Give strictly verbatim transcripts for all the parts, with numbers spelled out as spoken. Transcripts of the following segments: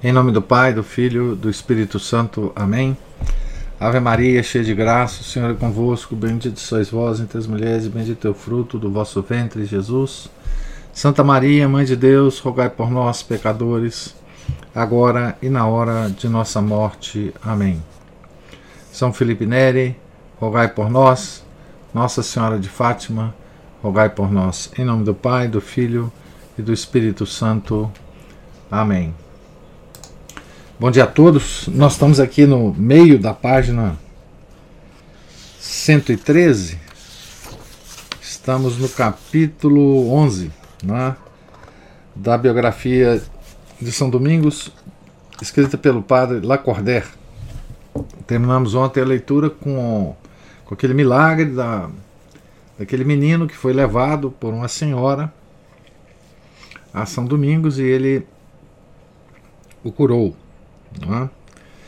Em nome do Pai, do Filho, do Espírito Santo. Amém. Ave Maria, cheia de graça, o Senhor é convosco. Bendita sois vós entre as mulheres, e bendito é o fruto do vosso ventre, Jesus. Santa Maria, Mãe de Deus, rogai por nós, pecadores, agora e na hora de nossa morte. Amém. São Felipe Neri, rogai por nós. Nossa Senhora de Fátima, rogai por nós. Em nome do Pai, do Filho e do Espírito Santo. Amém. Bom dia a todos. Nós estamos aqui no meio da página cento e treze. Estamos no capítulo onze, né, da biografia de São Domingos, escrita pelo padre Lacordaire. Terminamos ontem a leitura com, com aquele milagre da, daquele menino que foi levado por uma senhora a São Domingos e ele o curou. Não é?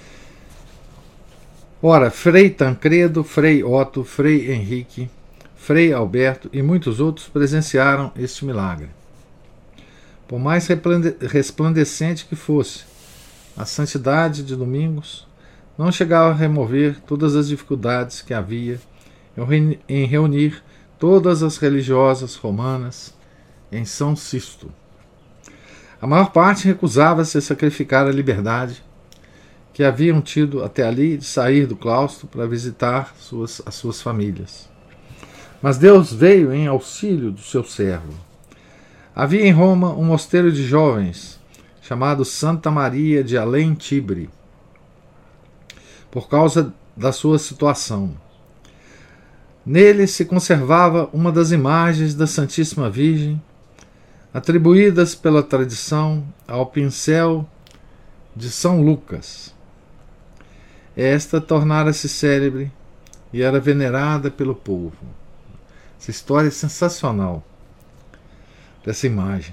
Ora, Frei Tancredo, Frei Otto, Frei Henrique, Frei Alberto e muitos outros presenciaram este milagre. Por mais resplandecente que fosse, a santidade de Domingos não chegava a remover todas as dificuldades que havia em reunir todas as religiosas romanas em São Sisto. A maior parte recusava-se a sacrificar a liberdade que haviam tido até ali de sair do claustro para visitar suas, as suas famílias. Mas Deus veio em auxílio do seu servo. Havia em Roma um mosteiro de jovens chamado Santa Maria de Além Tibre, por causa da sua situação. Nele se conservava uma das imagens da Santíssima Virgem, atribuídas pela tradição ao pincel de São Lucas. Esta tornara-se célebre e era venerada pelo povo. Essa história é sensacional, dessa imagem.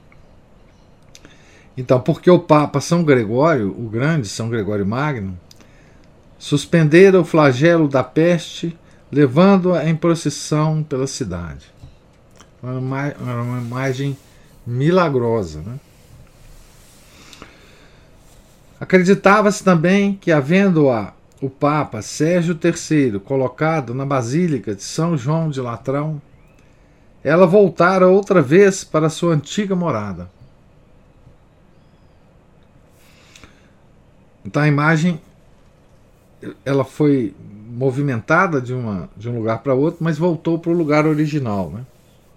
Então, porque o Papa São Gregório, o Grande, São Gregório Magno, suspendera o flagelo da peste, levando-a em procissão pela cidade. Era uma, era uma imagem milagrosa, né? Acreditava-se também que, havendo-a o Papa Sérgio terceiro colocado na Basílica de São João de Latrão, ela voltara outra vez para sua antiga morada. Então a imagem ela foi movimentada de, uma, de um lugar para outro, mas voltou para o lugar original, né?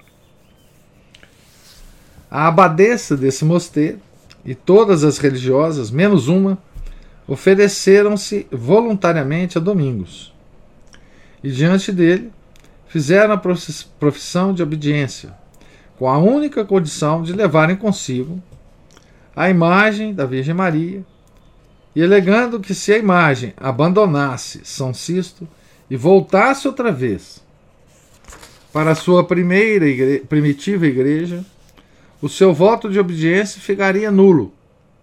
A abadesa desse mosteiro e todas as religiosas, menos uma, ofereceram-se voluntariamente a Domingos. E diante dele fizeram a profissão de obediência, com a única condição de levarem consigo a imagem da Virgem Maria, e alegando que se a imagem abandonasse São Sisto e voltasse outra vez para a sua primeira igre- primitiva igreja, o seu voto de obediência ficaria nulo.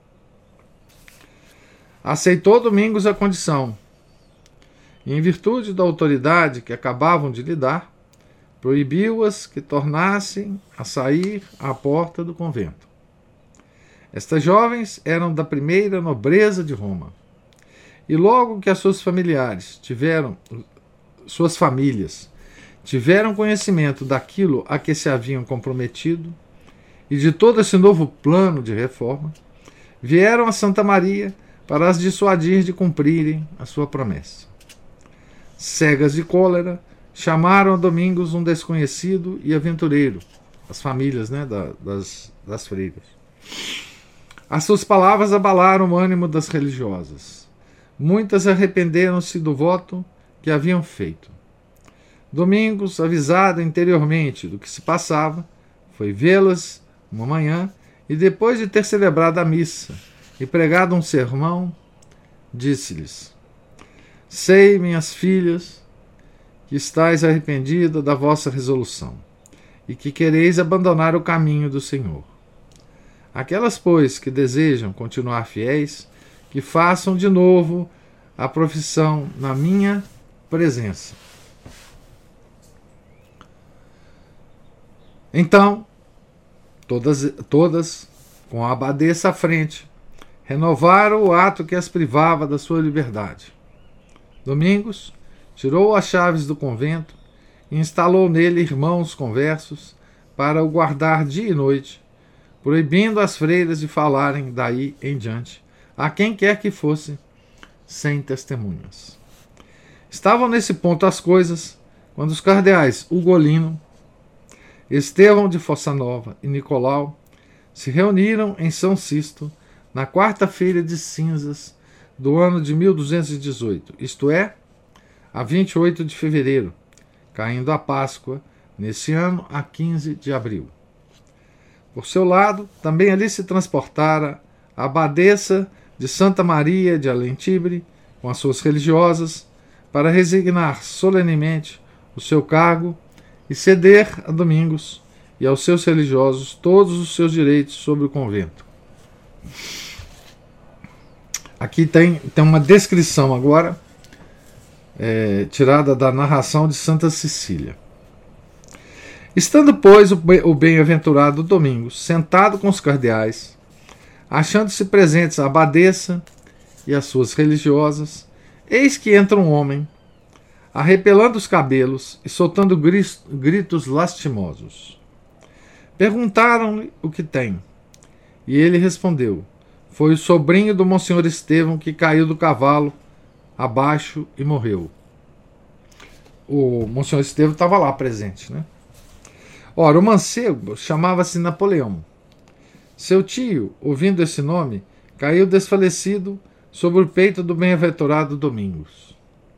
Aceitou Domingos a condição, e, em virtude da autoridade que acabavam de lhe dar, proibiu-as que tornassem a sair à porta do convento. Estas jovens eram da primeira nobreza de Roma, e logo que as suas familiares tiveram, suas famílias tiveram conhecimento daquilo a que se haviam comprometido, e de todo esse novo plano de reforma, vieram a Santa Maria para as dissuadir de cumprirem a sua promessa. Cegas de cólera, chamaram a Domingos um desconhecido e aventureiro, as famílias, né, da, das, das freiras. As suas palavras abalaram o ânimo das religiosas. Muitas arrependeram-se do voto que haviam feito. Domingos, avisado interiormente do que se passava, foi vê-las uma manhã, e depois de ter celebrado a missa e pregado um sermão, disse-lhes: sei, minhas filhas, que estáis arrependidas da vossa resolução, e que quereis abandonar o caminho do Senhor. Aquelas, pois, que desejam continuar fiéis, que façam de novo a profissão na minha presença. Então, todas, todas com a abadesa à frente, renovaram o ato que as privava da sua liberdade. Domingos tirou as chaves do convento e instalou nele irmãos conversos para o guardar dia e noite, proibindo as freiras de falarem daí em diante a quem quer que fosse, sem testemunhas. Estavam nesse ponto as coisas quando os cardeais Ugolino, Estevão de Fossanova e Nicolau se reuniram em São Sisto na quarta-feira de cinzas do ano de mil duzentos e dezoito, isto é, a vinte e oito de fevereiro, caindo a Páscoa, nesse ano, a quinze de abril. Por seu lado, também ali se transportara a abadesa de Santa Maria de Alentibre, com as suas religiosas, para resignar solenemente o seu cargo e ceder a Domingos e aos seus religiosos todos os seus direitos sobre o convento. Aqui tem, tem uma descrição agora, é, tirada da narração de Santa Cecília. Estando, pois, o bem-aventurado Domingos sentado com os cardeais, achando-se presentes a abadesa e as suas religiosas, eis que entra um homem, arrepelando os cabelos e soltando gritos lastimosos. Perguntaram-lhe o que tem, e ele respondeu: foi o sobrinho do Monsenhor Estevão que caiu do cavalo abaixo e morreu. O Monsenhor Estevão estava lá presente, né? Ora, o mancebo chamava-se Napoleão. Seu tio, ouvindo esse nome, caiu desfalecido sobre o peito do bem-aventurado Domingos.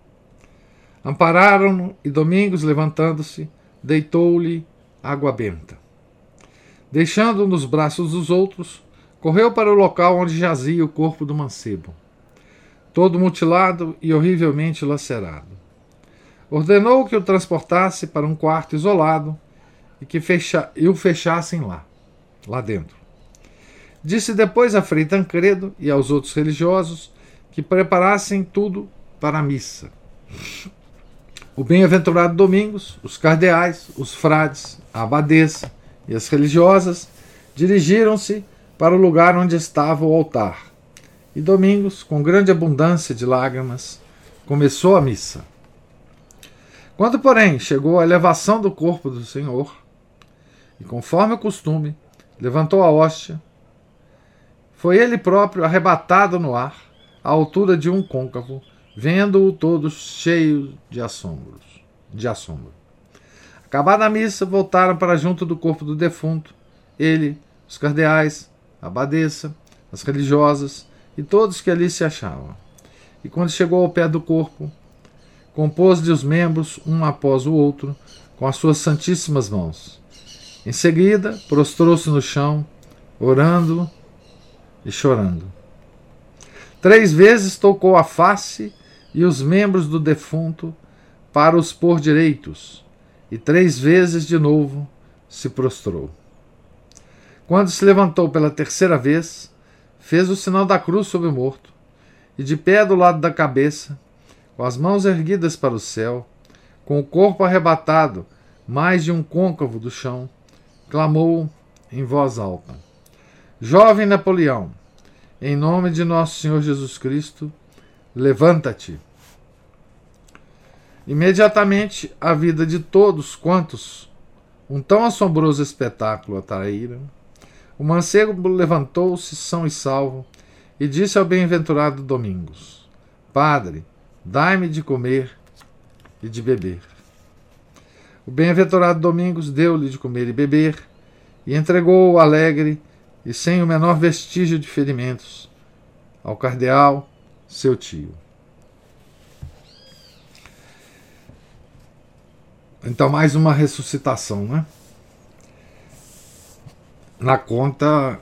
Ampararam-no e Domingos, levantando-se, deitou-lhe água benta. Deixando-o nos braços dos outros, correu para o local onde jazia o corpo do mancebo, todo mutilado e horrivelmente lacerado. Ordenou que o transportasse para um quarto isolado e que fecha, e o fechassem lá, lá dentro. Disse depois a Frei Tancredo e aos outros religiosos que preparassem tudo para a missa. O bem-aventurado Domingos, os cardeais, os frades, a abadesa e as religiosas dirigiram-se para o lugar onde estava o altar. E Domingos, com grande abundância de lágrimas, começou a missa. Quando, porém, chegou a elevação do corpo do Senhor, e conforme o costume, levantou a hóstia, foi ele próprio arrebatado no ar, à altura de um côncavo, vendo-o todo cheio de assombros, de assombro. Acabada a missa, voltaram para junto do corpo do defunto, ele, os cardeais, a abadesa, as religiosas e todos que ali se achavam. E quando chegou ao pé do corpo, compôs-lhe os membros, um após o outro, com as suas santíssimas mãos. Em seguida, prostrou-se no chão, orando e chorando. Três vezes tocou a face e os membros do defunto para os pôr direitos, e três vezes de novo se prostrou. Quando se levantou pela terceira vez, fez o sinal da cruz sobre o morto, e de pé do lado da cabeça, com as mãos erguidas para o céu, com o corpo arrebatado mais de um côncavo do chão, clamou em voz alta: Jovem Napoleão, em nome de nosso Senhor Jesus Cristo, levanta-te. Imediatamente a vida de todos quantos um tão assombroso espetáculo atraíram, o mancebo levantou-se são e salvo e disse ao bem-aventurado Domingos: Padre, dai-me de comer e de beber. O bem-aventurado Domingos deu-lhe de comer e beber e entregou-o alegre e sem o menor vestígio de ferimentos ao cardeal, seu tio. Então, mais uma ressuscitação, né? Na conta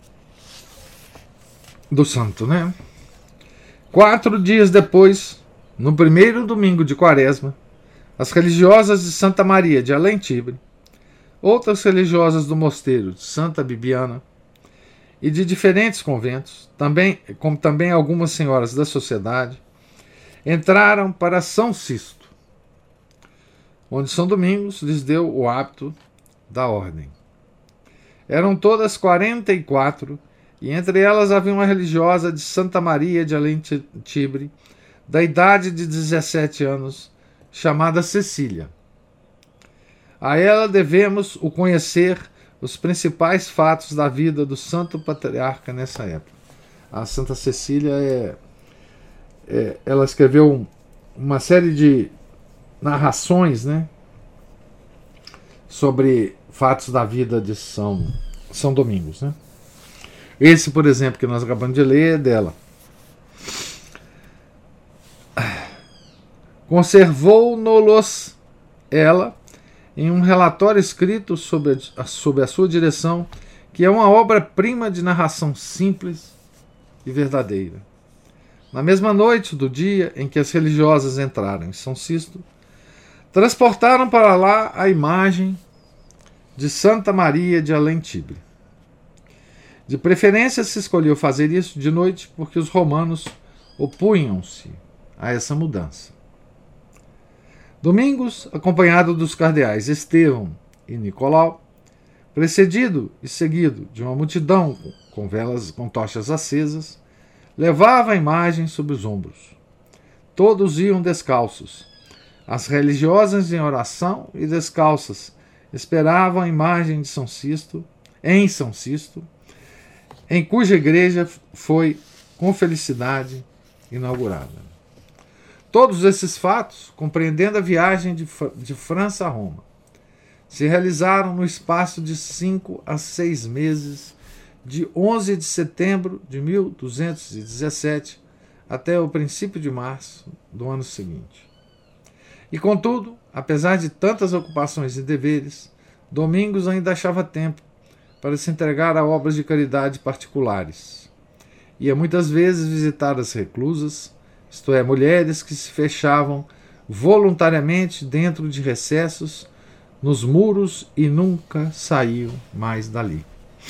do santo, né? Quatro dias depois, no primeiro domingo de Quaresma, as religiosas de Santa Maria de Alentibre, outras religiosas do mosteiro de Santa Bibiana e de diferentes conventos, também, como também algumas senhoras da sociedade, entraram para São Sisto, onde São Domingos lhes deu o hábito da ordem. Eram todas quarenta e quatro e entre elas havia uma religiosa de Santa Maria de Além-Tibre, da idade de dezessete anos, chamada Cecília. A ela devemos o conhecer os principais fatos da vida do santo patriarca nessa época. A Santa Cecília é, é, ela escreveu uma série de narrações, né, sobre fatos da vida de São, São Domingos, né? Esse, por exemplo, que nós acabamos de ler é dela. Conservou-nos ela em um relatório escrito sob a, sob a sua direção, que é uma obra-prima de narração simples e verdadeira. Na mesma noite do dia em que as religiosas entraram em São Sisto, transportaram para lá a imagem de Santa Maria de Além-Tibre. De preferência se escolheu fazer isso de noite porque os romanos opunham-se a essa mudança. Domingos, acompanhado dos cardeais Estevão e Nicolau, precedido e seguido de uma multidão com velas, com tochas acesas, levava a imagem sob os ombros. Todos iam descalços. As religiosas em oração e descalças esperavam a imagem de São Sisto, em São Sisto, em cuja igreja foi com felicidade inaugurada. Todos esses fatos, compreendendo a viagem de, de França a Roma, se realizaram no espaço de cinco a seis meses, de onze de setembro de mil duzentos e dezessete até o princípio de março do ano seguinte. E, contudo, apesar de tantas ocupações e deveres, Domingos ainda achava tempo para se entregar a obras de caridade particulares. Ia muitas vezes visitar as reclusas, isto é, mulheres que se fechavam voluntariamente dentro de recessos nos muros e nunca saíam mais dali.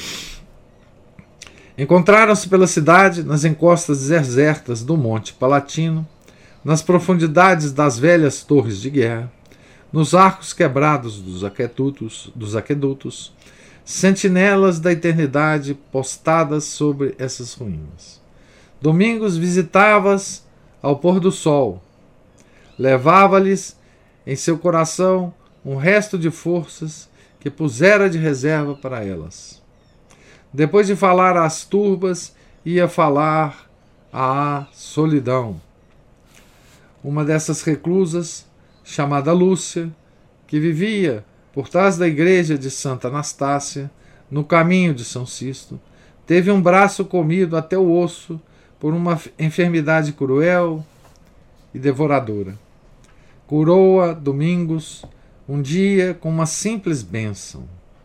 Encontraram-se pela cidade, nas encostas desertas do Monte Palatino, nas profundidades das velhas torres de guerra, nos arcos quebrados dos aquedutos, dos aquedutos, sentinelas da eternidade postadas sobre essas ruínas. Domingos visitava-as ao pôr do sol, levava-lhes em seu coração um resto de forças que pusera de reserva para elas. Depois de falar às turbas, ia falar à solidão. Uma dessas reclusas, chamada Lúcia, que vivia por trás da igreja de Santa Anastácia, no caminho de São Sisto, teve um braço comido até o osso por uma enfermidade cruel e devoradora. Curou-a Domingos um dia com uma simples bênção.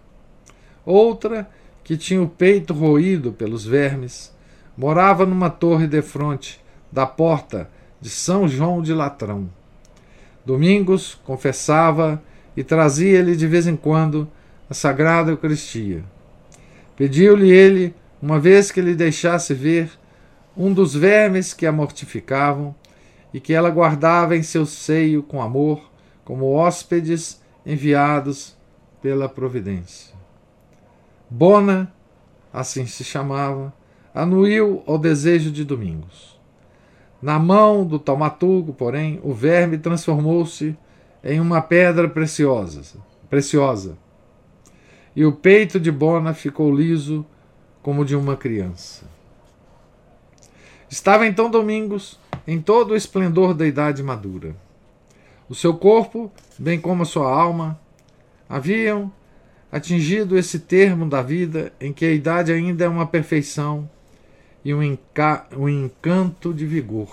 Outra, que tinha o peito roído pelos vermes, morava numa torre defronte da porta de São João de Latrão. Domingos confessava e trazia-lhe de vez em quando a Sagrada Eucaristia. Pediu-lhe ele, uma vez que lhe deixasse ver um dos vermes que a mortificavam e que ela guardava em seu seio com amor, como hóspedes enviados pela providência. Bona, assim se chamava, anuiu ao desejo de Domingos. Na mão do taumaturgo, porém, o verme transformou-se em uma pedra preciosa, preciosa, e o peito de Bona ficou liso como de uma criança. Estava então Domingos em todo o esplendor da idade madura. O seu corpo, bem como a sua alma, haviam atingido esse termo da vida em que a idade ainda é uma perfeição e um, enca- um encanto de vigor.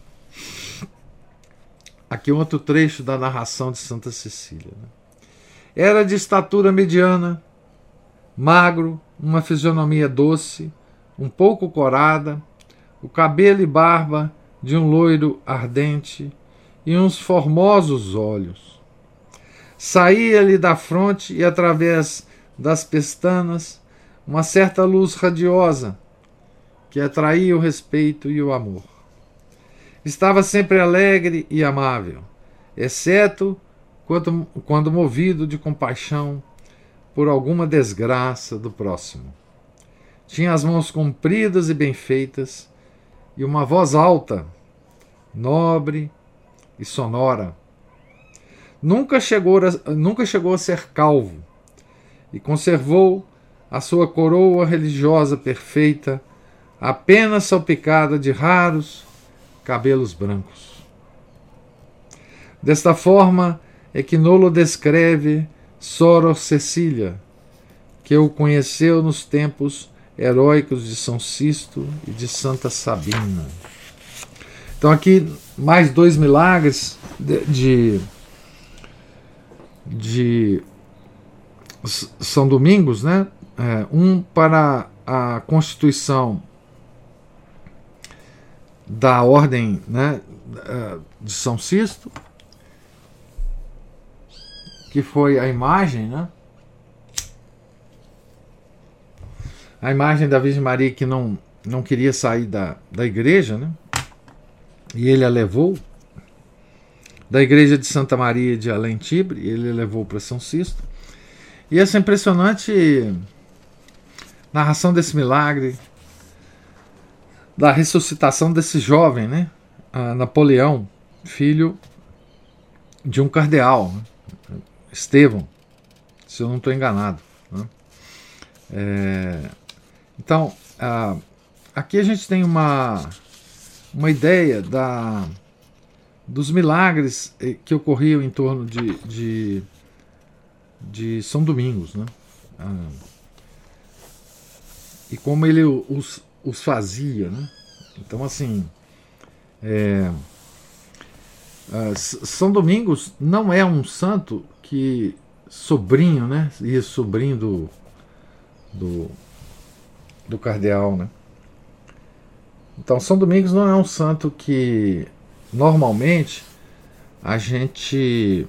Aqui outro trecho da narração de Santa Cecília. Né? Era de estatura mediana, magro, uma fisionomia doce, um pouco corada, o cabelo e barba de um loiro ardente e uns formosos olhos. Saía-lhe da fronte e através das pestanas uma certa luz radiosa que atraía o respeito e o amor. Estava sempre alegre e amável, exceto quando, quando movido de compaixão por alguma desgraça do próximo. Tinha as mãos compridas e bem feitas, e uma voz alta, nobre e sonora. Nunca chegou a, nunca chegou a ser calvo, e conservou a sua coroa religiosa perfeita, apenas salpicada de raros cabelos brancos. Desta forma é que Nolo descreve Sor Cecília, que o conheceu nos tempos heróicos de São Sisto e de Santa Sabina. Então aqui mais dois milagres de, de, de São Domingos, né? É, um para a constituição da ordem, né, de São Sisto, que foi a imagem, né? A imagem da Virgem Maria que não, não queria sair da, da igreja, né? E ele a levou da igreja de Santa Maria de Além Tibre, ele a levou para São Sisto. E essa impressionante narração desse milagre, da ressuscitação desse jovem, né? A Napoleão, filho de um cardeal, né? Estevão, se eu não estou enganado, né? É, então, ah, aqui a gente tem uma, uma ideia da, dos milagres que ocorriam em torno de, de, de São Domingos, né? Ah, e como ele os, os fazia, né? Então, assim, é, ah, São Domingos não é um santo que sobrinho, né? E sobrinho do, do do cardeal, né? Então São Domingos não é um santo que normalmente a gente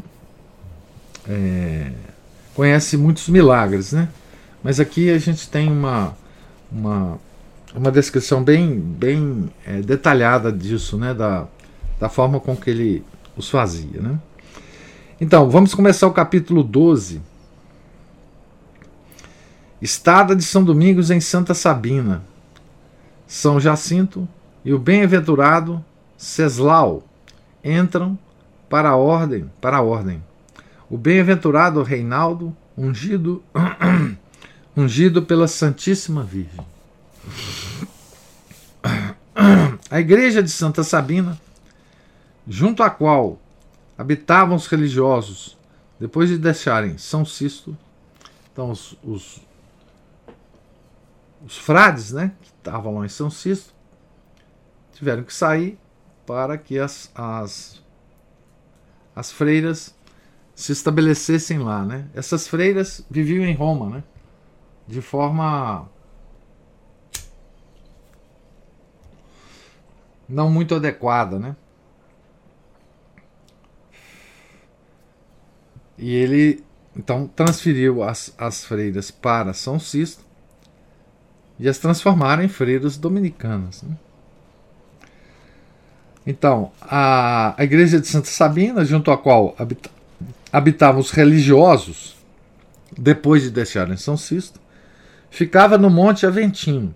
é, conhece muitos milagres, né? Mas aqui a gente tem uma uma, uma descrição bem, bem é, detalhada disso, né? Da, da forma com que ele os fazia, né? Então, vamos começar o capítulo doze. Estada de São Domingos em Santa Sabina, São Jacinto e o bem-aventurado Ceslau entram para a ordem, para a ordem. O bem-aventurado Reinaldo, ungido, ungido pela Santíssima Virgem. A igreja de Santa Sabina, junto à qual habitavam os religiosos depois de deixarem São Sisto, então os, os Os frades, né, que estavam lá em São Sisto, tiveram que sair para que as, as, as freiras se estabelecessem lá, né? Essas freiras viviam em Roma, né, de forma não muito adequada, né? E ele então transferiu as, as freiras para São Sisto e as transformaram em freiras dominicanas, né? Então, a, a igreja de Santa Sabina, junto à qual habita, habitavam os religiosos, depois de deixarem São Sisto, ficava no Monte Aventino.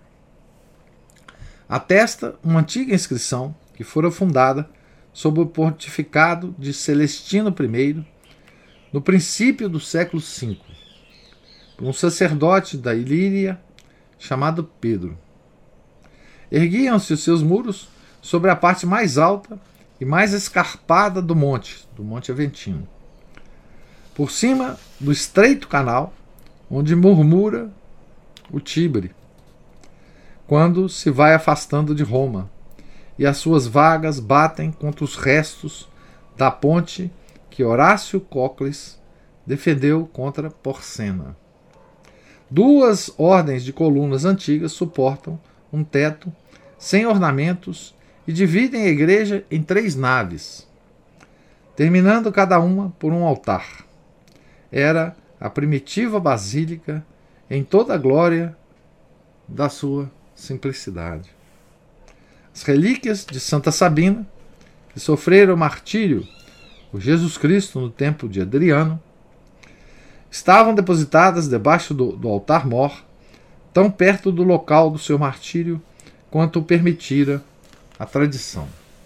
Atesta uma antiga inscrição que fora fundada sob o pontificado de Celestino I, no princípio do século cinco, por um sacerdote da Ilíria chamado Pedro. Erguiam-se os seus muros sobre a parte mais alta e mais escarpada do monte, do Monte Aventino, por cima do estreito canal onde murmura o Tibre, quando se vai afastando de Roma, e as suas vagas batem contra os restos da ponte que Horácio Cocles defendeu contra Porcena. Duas ordens de colunas antigas suportam um teto sem ornamentos e dividem a igreja em três naves, terminando cada uma por um altar. Era a primitiva basílica em toda a glória da sua simplicidade. As relíquias de Santa Sabina, que sofreram martírio por Jesus Cristo no tempo de Adriano, estavam depositadas debaixo do, do altar-mor tão perto do local do seu martírio quanto o permitira a tradição.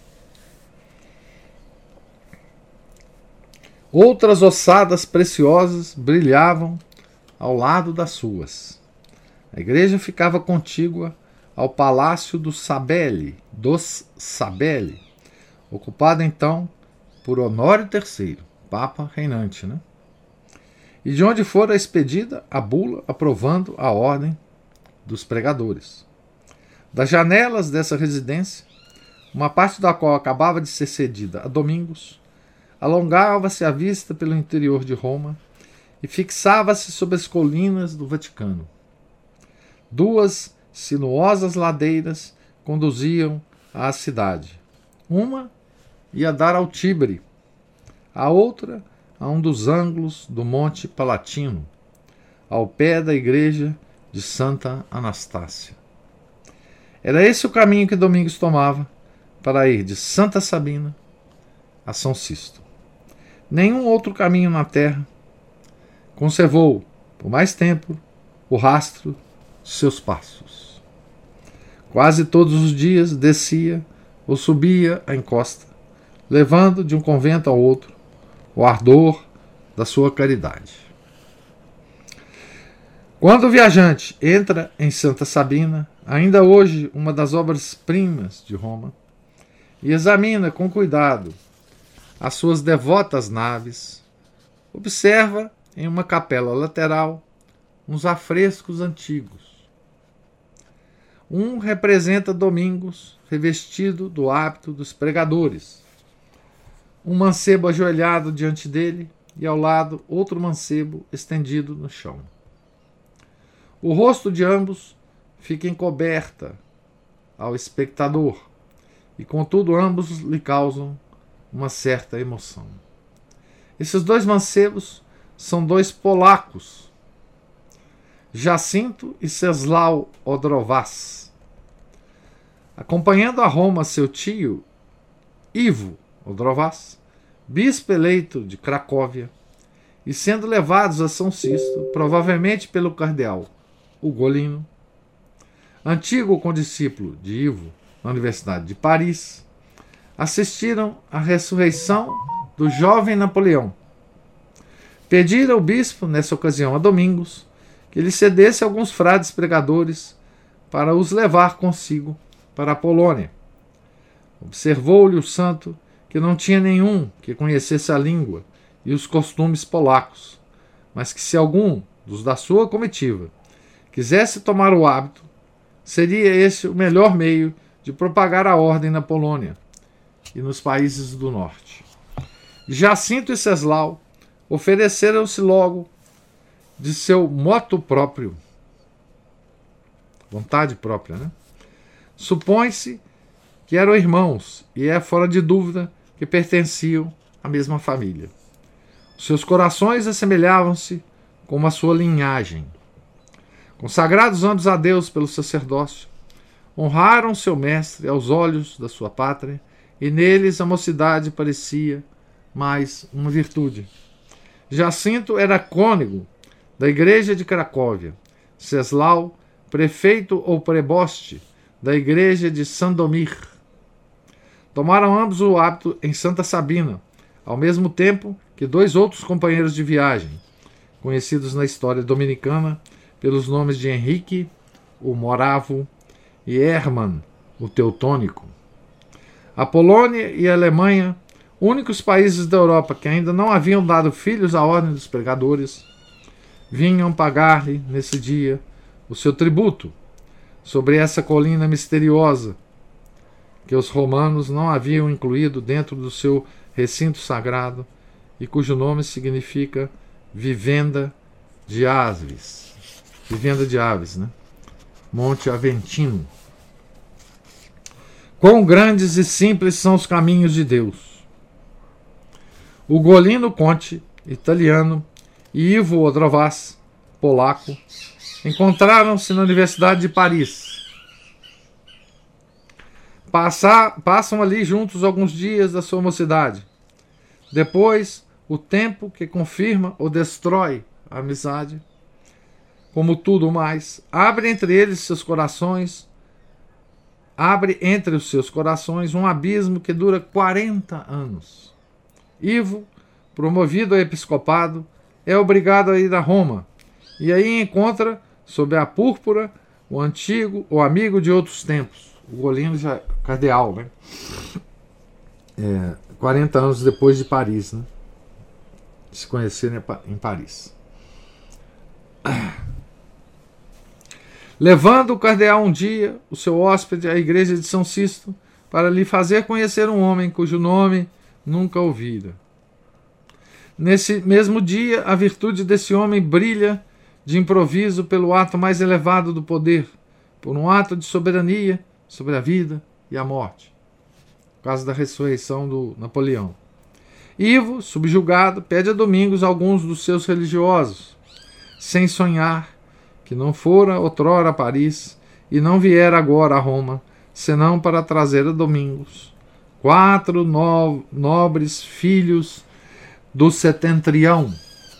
Outras ossadas preciosas brilhavam ao lado das suas. A igreja ficava contígua ao palácio do Sabelli, dos Sabelli, ocupado então por Honório terceiro, Papa reinante, né? E de onde fora expedida a bula aprovando a ordem dos pregadores. Das janelas dessa residência, uma parte da qual acabava de ser cedida a Domingos, alongava-se a vista pelo interior de Roma e fixava-se sobre as colinas do Vaticano. Duas sinuosas ladeiras conduziam à cidade. Uma ia dar ao Tibre, a outra a um dos ângulos do Monte Palatino, ao pé da igreja de Santa Anastácia. Era esse o caminho que Domingos tomava para ir de Santa Sabina a São Sisto. Nenhum outro caminho na terra conservou, por mais tempo, o rastro de seus passos. Quase todos os dias descia ou subia a encosta, levando de um convento ao outro o ardor da sua caridade. Quando o viajante entra em Santa Sabina, ainda hoje uma das obras-primas de Roma, e examina com cuidado as suas devotas naves, observa em uma capela lateral uns afrescos antigos. Um representa Domingos revestido do hábito dos pregadores, um mancebo ajoelhado diante dele e ao lado outro mancebo estendido no chão. O rosto de ambos fica encoberta ao espectador e, contudo, ambos lhe causam uma certa emoção. Esses dois mancebos são dois polacos, Jacinto e Czesław Odrowacz. Acompanhando a Roma seu tio, Ivo Odrowacz, bispo eleito de Cracóvia, e sendo levados a São Sisto, provavelmente pelo cardeal Ugolino, antigo condiscípulo de Ivo na Universidade de Paris, assistiram à ressurreição do jovem Napoleão. Pediram ao bispo, nessa ocasião a Domingos, que lhe cedesse alguns frades pregadores para os levar consigo para a Polônia. Observou-lhe o santo que não tinha nenhum que conhecesse a língua e os costumes polacos, mas que se algum dos da sua comitiva quisesse tomar o hábito, seria esse o melhor meio de propagar a ordem na Polônia e nos países do norte. Jacinto e Czesław ofereceram-se logo de seu motu próprio, vontade própria, né? Supõe-se que eram irmãos, e é fora de dúvida que pertenciam à mesma família. Seus corações assemelhavam-se como a sua linhagem. Consagrados ambos a Deus pelo sacerdócio, honraram seu mestre aos olhos da sua pátria, e neles a mocidade parecia mais uma virtude. Jacinto era cônego da igreja de Cracóvia, Czesław, prefeito ou preboste da igreja de Sandomir. Tomaram ambos o hábito em Santa Sabina, ao mesmo tempo que dois outros companheiros de viagem, conhecidos na história dominicana pelos nomes de Henrique, o Moravo, e Hermann, o Teutônico. A Polônia e a Alemanha, únicos países da Europa que ainda não haviam dado filhos à ordem dos pregadores, vinham pagar-lhe, nesse dia, o seu tributo sobre essa colina misteriosa que os romanos não haviam incluído dentro do seu recinto sagrado e cujo nome significa Vivenda de Aves. Vivenda de Aves, né? Monte Aventino. Quão grandes e simples são os caminhos de Deus! Ugolino Conte, italiano, e Ivo Odrowacz, polaco, encontraram-se na Universidade de Paris. Passar, passam ali juntos alguns dias da sua mocidade. Depois, o tempo que confirma ou destrói a amizade como tudo mais, abre entre eles seus corações, abre entre os seus corações um abismo que dura quarenta anos. Ivo, promovido a episcopado, é obrigado a ir a Roma, e aí encontra, sob a púrpura, o antigo, o amigo de outros tempos, o Golino já cardeal, né? É, quarenta anos depois de Paris, né? Se conhecerem em Paris. Levando o cardeal um dia, o seu hóspede, à igreja de São Sisto, para lhe fazer conhecer um homem cujo nome nunca ouvira. Nesse mesmo dia, a virtude desse homem brilha de improviso pelo ato mais elevado do poder, por um ato de soberania sobre a vida e a morte. Por causa da ressurreição do Napoleão. Ivo, subjugado, pede a Domingos alguns dos seus religiosos, sem sonhar que não fora outrora a Paris e não viera agora a Roma, senão para trazer a Domingos quatro no nobres filhos do setentrião,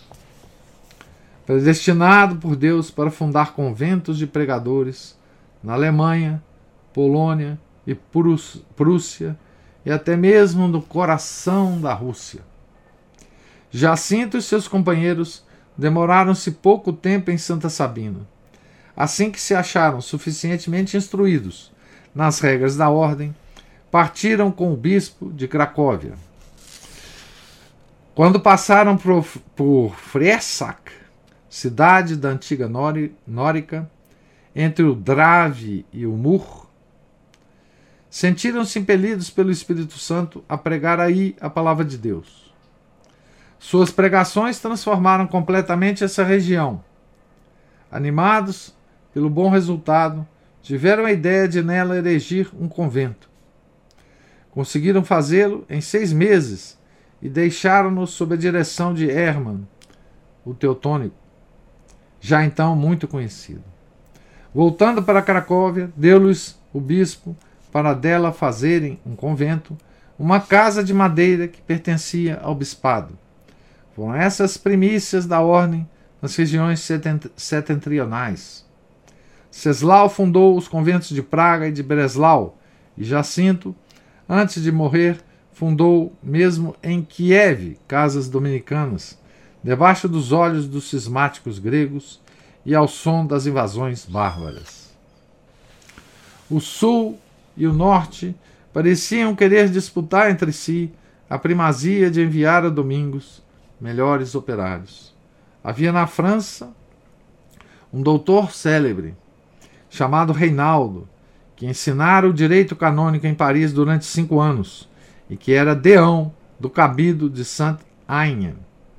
predestinado por Deus para fundar conventos de pregadores na Alemanha, Polônia e Prússia, e até mesmo no coração da Rússia. Jacinto e seus companheiros demoraram-se pouco tempo em Santa Sabina. Assim que se acharam suficientemente instruídos nas regras da ordem, partiram com o bispo de Cracóvia. Quando passaram por, por Friesac, cidade da antiga Nórica, entre o Drave e o Mur, sentiram-se impelidos pelo Espírito Santo a pregar aí a palavra de Deus. Suas pregações transformaram completamente essa região. Animados pelo bom resultado, tiveram a ideia de nela erigir um convento. Conseguiram fazê-lo em seis meses e deixaram-no sob a direção de Hermann, o teutônico, já então muito conhecido. Voltando para Cracóvia, deu-lhes o bispo, para dela fazerem um convento, uma casa de madeira que pertencia ao bispado. Foram essas primícias da ordem nas regiões setentrionais. Ceslau fundou os conventos de Praga e de Breslau, e Jacinto, antes de morrer, fundou mesmo em Kiev casas dominicanas, debaixo dos olhos dos cismáticos gregos e ao som das invasões bárbaras. O sul e o norte pareciam querer disputar entre si a primazia de enviar a Domingos melhores operários. Havia na França um doutor célebre, chamado Reinaldo, que ensinara o direito canônico em Paris durante cinco anos e que era deão do cabido de Saint-Aignan,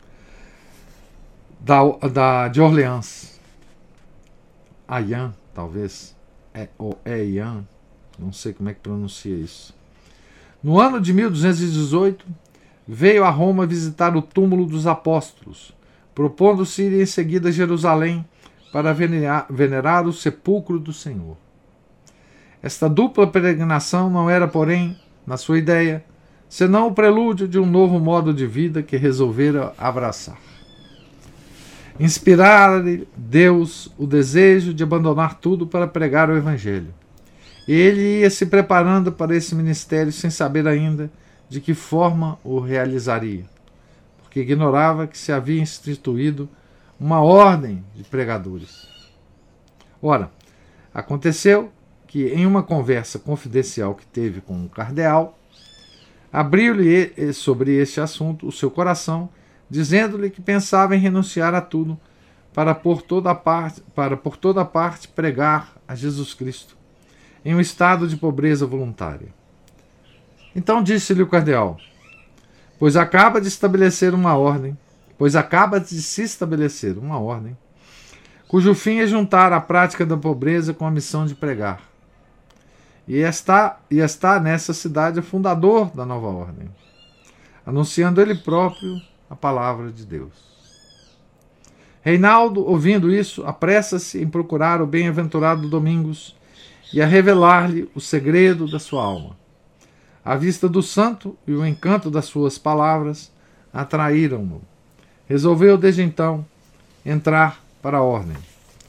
da, da, de Orleans. Ayan, talvez, é, ou Ayan, não sei como é que pronuncia isso. No ano de mil duzentos e dezoito, veio a Roma visitar o túmulo dos apóstolos, propondo-se ir em seguida a Jerusalém para venerar, venerar o sepulcro do Senhor. Esta dupla peregrinação não era, porém, na sua ideia, senão o prelúdio de um novo modo de vida que resolvera abraçar. Inspirar-lhe Deus o desejo de abandonar tudo para pregar o Evangelho. E ele ia se preparando para esse ministério sem saber ainda de que forma o realizaria, porque ignorava que se havia instituído uma ordem de pregadores. Ora, aconteceu que, em uma conversa confidencial que teve com o cardeal, abriu-lhe sobre este assunto o seu coração, dizendo-lhe que pensava em renunciar a tudo para por toda parte, para por toda parte pregar a Jesus Cristo, em um estado de pobreza voluntária. Então disse-lhe o cardeal: pois acaba de estabelecer uma ordem, pois acaba de se estabelecer uma ordem, cujo fim é juntar a prática da pobreza com a missão de pregar. E está, e está nessa cidade o fundador da nova ordem, anunciando ele próprio a palavra de Deus. Reinaldo, ouvindo isso, apressa-se em procurar o bem-aventurado Domingos e a revelar-lhe o segredo da sua alma. A vista do santo e o encanto das suas palavras atraíram-no. Resolveu, desde então, entrar para a ordem.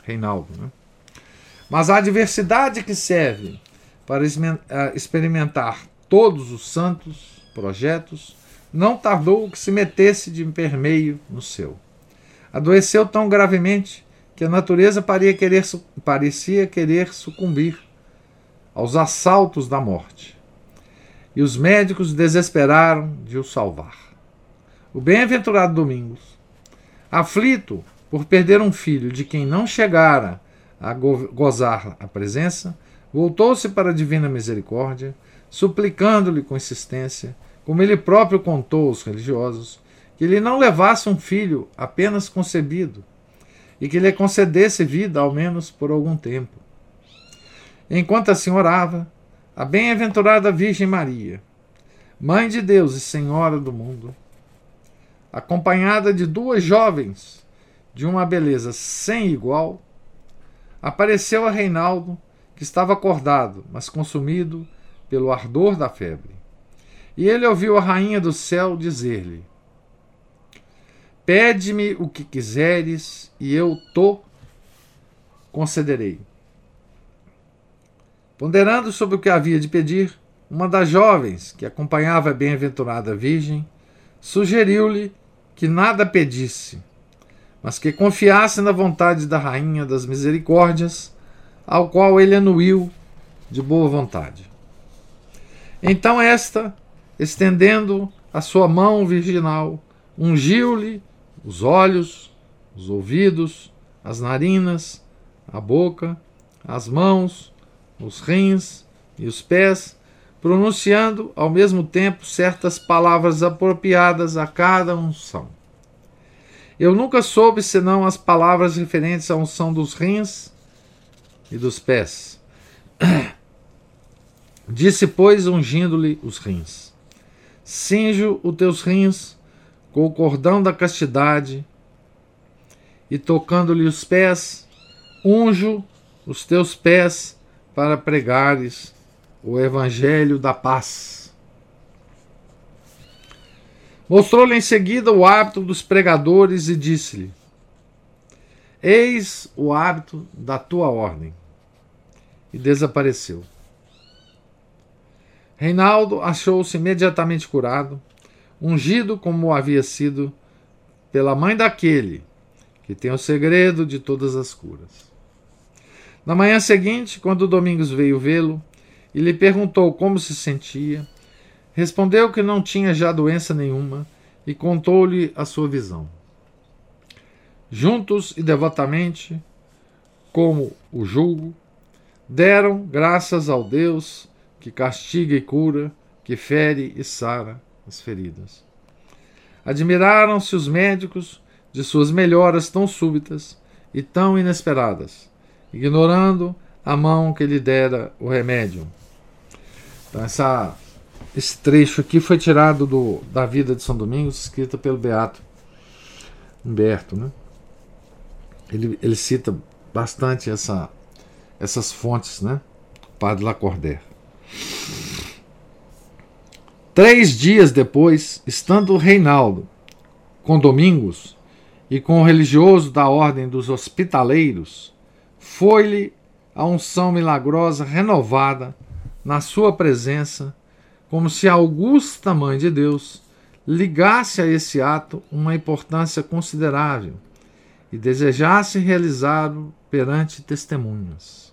Reinaldo, né? Mas a adversidade que serve para experimentar todos os santos projetos não tardou que se metesse de permeio no seu. Adoeceu tão gravemente que a natureza parecia querer, parecia querer sucumbir aos assaltos da morte. E os médicos desesperaram de o salvar. O bem-aventurado Domingos, aflito por perder um filho de quem não chegara a go- gozar a presença, voltou-se para a divina misericórdia, suplicando-lhe com insistência, como ele próprio contou aos religiosos, que lhe não levasse um filho apenas concebido e que lhe concedesse vida ao menos por algum tempo. Enquanto assim orava, a bem-aventurada Virgem Maria, Mãe de Deus e Senhora do mundo, acompanhada de duas jovens de uma beleza sem igual, apareceu a Reinaldo, que estava acordado, mas consumido pelo ardor da febre. E ele ouviu a rainha do céu dizer-lhe: pede-me o que quiseres e eu te concederei. Ponderando sobre o que havia de pedir, uma das jovens que acompanhava a bem-aventurada Virgem sugeriu-lhe que nada pedisse, mas que confiasse na vontade da Rainha das Misericórdias, ao qual ele anuiu de boa vontade. Então esta, estendendo a sua mão virginal, ungiu-lhe os olhos, os ouvidos, as narinas, a boca, as mãos, os rins e os pés, pronunciando ao mesmo tempo certas palavras apropriadas a cada unção. Eu nunca soube senão as palavras referentes à unção dos rins e dos pés. Disse, pois, ungindo-lhe os rins: cinjo os teus rins com o cordão da castidade, e tocando-lhe os pés, unjo os teus pés para pregares o evangelho da paz. Mostrou-lhe em seguida o hábito dos pregadores e disse-lhe: eis o hábito da tua ordem. E desapareceu. Reinaldo achou-se imediatamente curado, ungido como havia sido pela mãe daquele que tem o segredo de todas as curas. Na manhã seguinte, quando Domingos veio vê-lo e lhe perguntou como se sentia, respondeu que não tinha já doença nenhuma e contou-lhe a sua visão. Juntos e devotamente, como o julgo, deram graças ao Deus que castiga e cura, que fere e sara as feridas. Admiraram-se os médicos de suas melhoras tão súbitas e tão inesperadas, ignorando a mão que lhe dera o remédio. Então, essa, esse trecho aqui foi tirado do, da vida de São Domingos, escrita pelo Beato Humberto, né? Ele, ele cita bastante essa, essas fontes, né? Padre Lacordaire. Três dias depois, estando Reinaldo com Domingos e com o religioso da ordem dos hospitaleiros, foi-lhe a unção milagrosa renovada na sua presença, como se a augusta Mãe de Deus ligasse a esse ato uma importância considerável e desejasse realizá-lo perante testemunhas.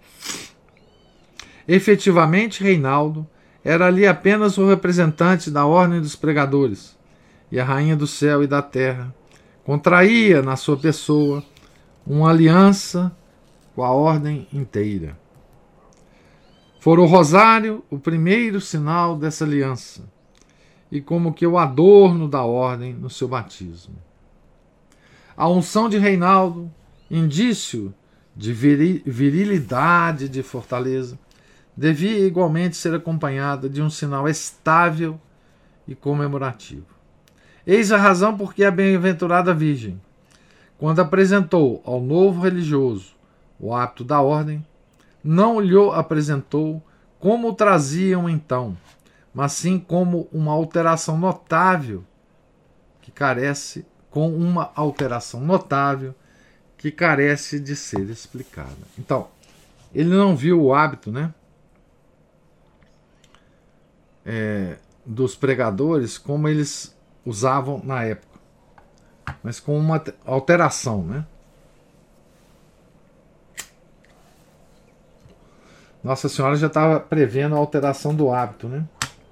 Efetivamente, Reinaldo era ali apenas o representante da ordem dos pregadores, e a Rainha do céu e da terra contraía na sua pessoa uma aliança com a ordem inteira. Fora o rosário o primeiro sinal dessa aliança, e como que o adorno da ordem no seu batismo. A unção de Reinaldo, indício de virilidade e de fortaleza, devia igualmente ser acompanhada de um sinal estável e comemorativo. Eis a razão por que a bem-aventurada Virgem, quando apresentou ao novo religioso o hábito da ordem, não lhe apresentou como o traziam então, mas sim como uma alteração notável que carece, com uma alteração notável que carece de ser explicada. Então, ele não viu o hábito, né, é, dos pregadores como eles usavam na época, mas com uma alteração, né? Nossa Senhora já estava prevendo a alteração do hábito, né?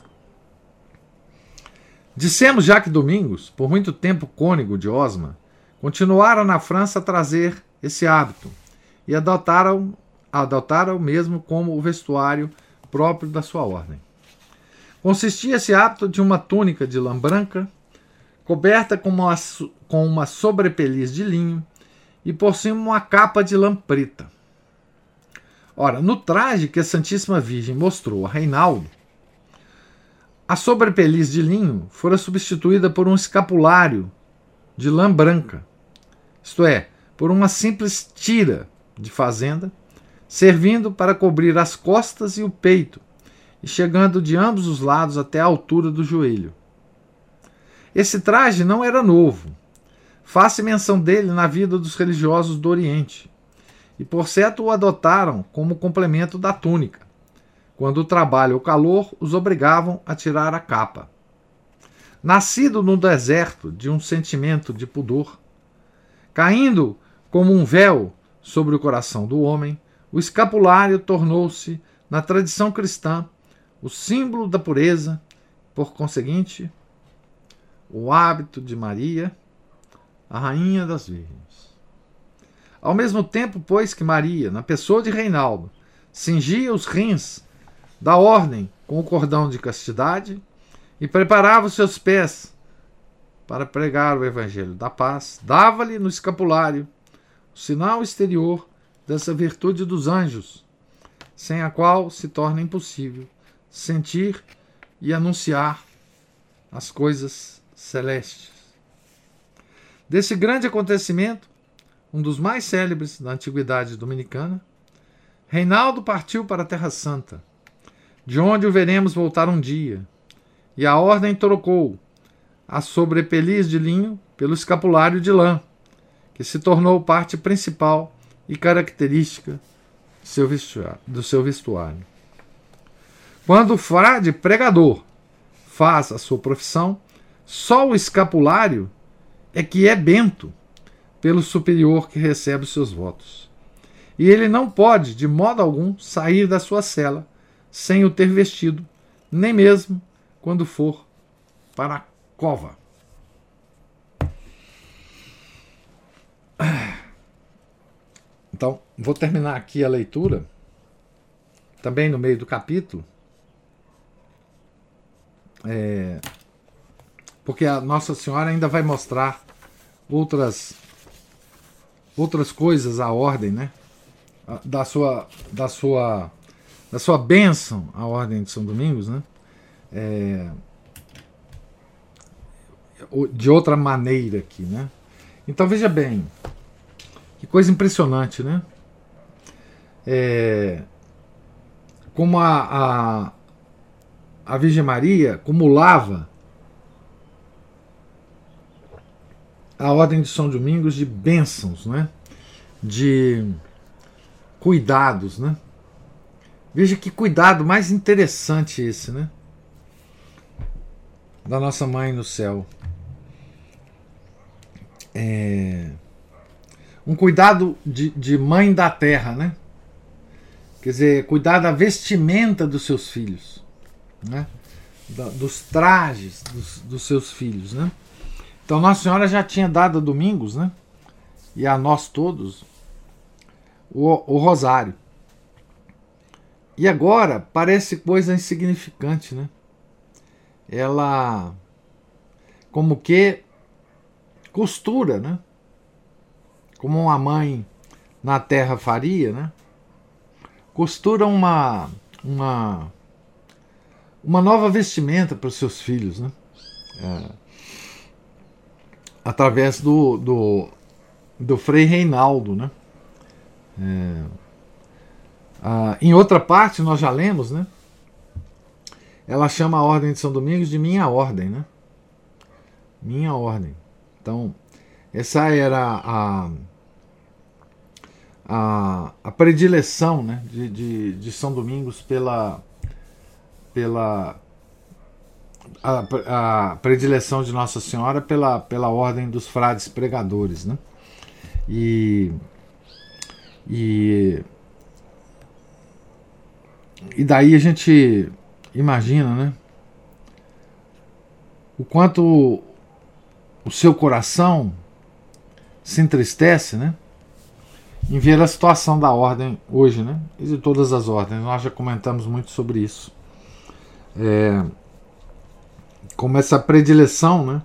Dissemos já que Domingos, por muito tempo cônego de Osma, continuara na França a trazer esse hábito e adotaram, adotaram mesmo como o vestuário próprio da sua ordem. Consistia esse hábito de uma túnica de lã branca, coberta com uma, com uma sobrepeliz de linho e por cima uma capa de lã preta. Ora, no traje que a Santíssima Virgem mostrou a Reinaldo, a sobrepeliz de linho fora substituída por um escapulário de lã branca, isto é, por uma simples tira de fazenda, servindo para cobrir as costas e o peito, e chegando de ambos os lados até a altura do joelho. Esse traje não era novo. Faz-se menção dele na vida dos religiosos do Oriente, e por certo o adotaram como complemento da túnica, quando o trabalho ou calor os obrigavam a tirar a capa. Nascido no deserto de um sentimento de pudor, caindo como um véu sobre o coração do homem, o escapulário tornou-se, na tradição cristã, o símbolo da pureza, por conseguinte, o hábito de Maria, a Rainha das Virgens. Ao mesmo tempo, pois, que Maria, na pessoa de Reinaldo, cingia os rins da ordem com o cordão de castidade e preparava os seus pés para pregar o evangelho da paz, dava-lhe no escapulário o sinal exterior dessa virtude dos anjos, sem a qual se torna impossível sentir e anunciar as coisas celestes. Desse grande acontecimento, um dos mais célebres da antiguidade dominicana, Reinaldo partiu para a Terra Santa, de onde o veremos voltar um dia, e a ordem trocou a sobrepeliz de linho pelo escapulário de lã, que se tornou parte principal e característica do seu vestuário. Quando o frade pregador faz a sua profissão, só o escapulário é que é bento pelo superior que recebe os seus votos. E ele não pode, de modo algum, sair da sua cela sem o ter vestido, nem mesmo quando for para a cova. Então, vou terminar aqui a leitura, também no meio do capítulo, é, porque a Nossa Senhora ainda vai mostrar outras outras coisas à ordem, né? Da sua da sua da sua bênção à ordem de São Domingos, né? É, de outra maneira aqui, né? Então veja bem, que coisa impressionante, né? É, como a, a a Virgem Maria acumulava a ordem de São Domingos de bênçãos, né? De cuidados, né? Veja que cuidado mais interessante esse, né? Da nossa Mãe no céu. É um cuidado de, de mãe da terra, né? Quer dizer, cuidar da vestimenta dos seus filhos, né? Da, dos trajes dos, dos seus filhos, né? Então Nossa Senhora já tinha dado a Domingos, né? E a nós todos o, o rosário. E agora parece coisa insignificante, né? Ela como que costura, né? Como uma mãe na terra faria, né? Costura uma uma uma nova vestimenta para os seus filhos, né? É, através do, do, do Frei Reinaldo, né? É, ah, em outra parte nós já lemos, né? Ela chama a ordem de São Domingos de minha ordem, né? Minha ordem. Então essa era a a, a predileção, né, de, de, de São Domingos pela, pela a, a predileção de Nossa Senhora pela, pela ordem dos frades pregadores, né? E, e, e daí a gente imagina, né, o quanto o seu coração se entristece, né, em ver a situação da ordem hoje, né, e de todas as ordens. Nós já comentamos muito sobre isso. É, como essa predileção, né,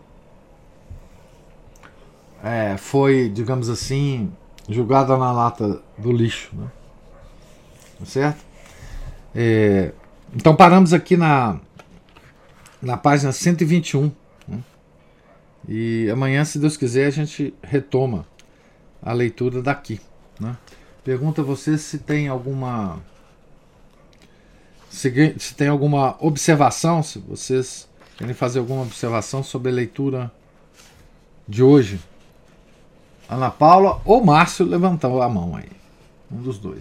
é, foi, digamos assim, jogada na lata do lixo, né, certo? É, então paramos aqui na, na página cento e vinte e um, né, e amanhã, se Deus quiser, a gente retoma a leitura daqui, né? Pergunto a vocês se tem alguma se, se tem alguma observação, se vocês querem fazer alguma observação sobre a leitura de hoje. Ana Paula ou Márcio levantou a mão aí, um dos dois.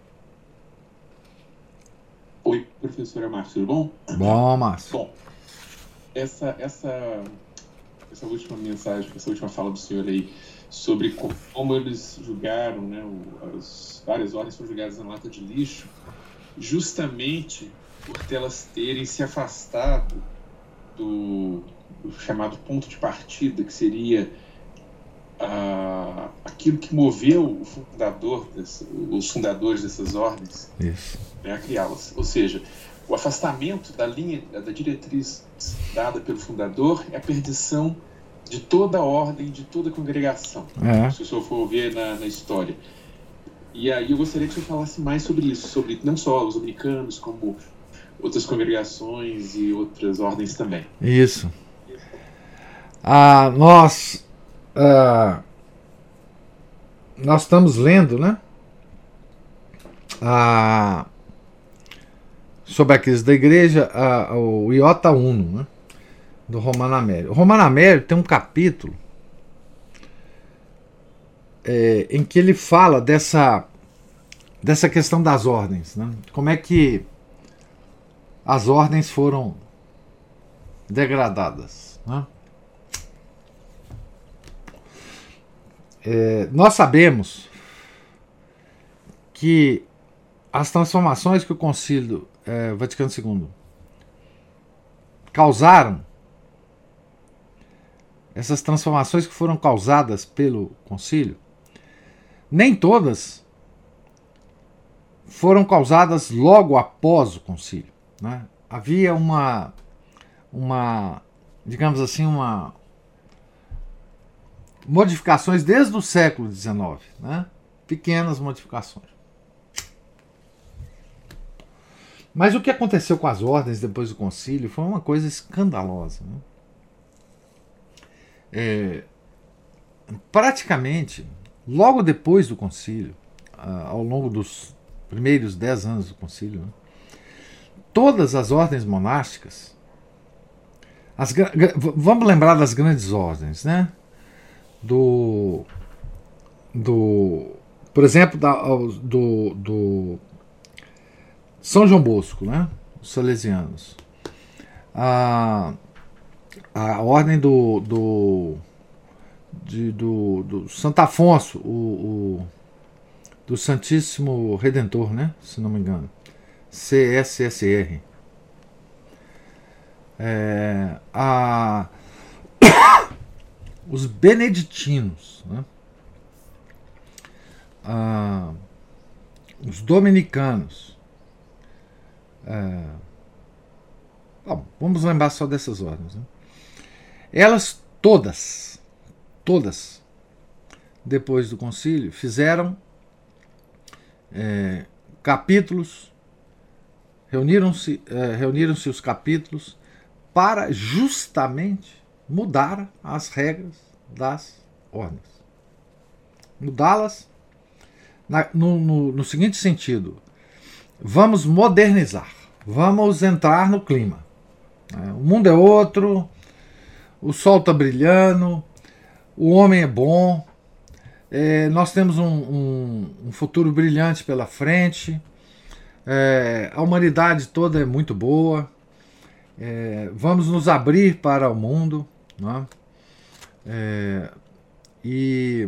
Oi, professora Márcio, tudo bom? Bom, Márcio. Bom, essa, essa, essa última mensagem, essa última fala do senhor aí, sobre como eles julgaram, né, as várias ordens foram julgadas na lata de lixo, justamente por elas terem se afastado do, do chamado ponto de partida, que seria ah, aquilo que moveu o fundador dessa, os fundadores dessas ordens, Isso. Né, a criá-las. Ou seja, o afastamento da linha, da diretriz dada pelo fundador é a perdição de toda a ordem, de toda a congregação, é. Se o senhor for ver na, na história. E aí eu gostaria que o senhor falasse mais sobre isso, sobre não só os dominicanos, como outras congregações e outras ordens também. Isso. Ah, nós, ah, nós estamos lendo, né, ah, sobre a crise da igreja, ah, o Iota Uno, né, do Romano Amério. O Romano Amério tem um capítulo é, em que ele fala dessa, dessa questão das ordens, né? Como é que as ordens foram degradadas, né? É, nós sabemos que as transformações que o Concílio é, Vaticano segundo causaram, essas transformações que foram causadas pelo concílio, nem todas foram causadas logo após o concílio, né? Havia uma, uma, digamos assim, uma modificações desde o século dezenove, né? Pequenas modificações. Mas o que aconteceu com as ordens depois do concílio foi uma coisa escandalosa, né? É, praticamente, logo depois do concílio, uh, ao longo dos primeiros dez anos do concílio, né, todas as ordens monásticas, as, vamos lembrar das grandes ordens, né? Do, do, por exemplo, da, do, do São João Bosco, né? Os salesianos. A A ordem do, do, de, do, do Santo Afonso, o, o, do Santíssimo Redentor, né? Se não me engano. C S S R. É, a, os beneditinos, né? A, os dominicanos. É, bom, vamos lembrar só dessas ordens, né? Elas todas, todas, depois do concílio, fizeram é, capítulos, reuniram-se, é, reuniram-se os capítulos para justamente mudar as regras das ordens. Mudá-las na, no, no, no seguinte sentido: vamos modernizar, vamos entrar no clima. É, o mundo é outro. O sol está brilhando, o homem é bom, é, nós temos um, um, um futuro brilhante pela frente, é, a humanidade toda é muito boa, é, vamos nos abrir para o mundo, né? é, e,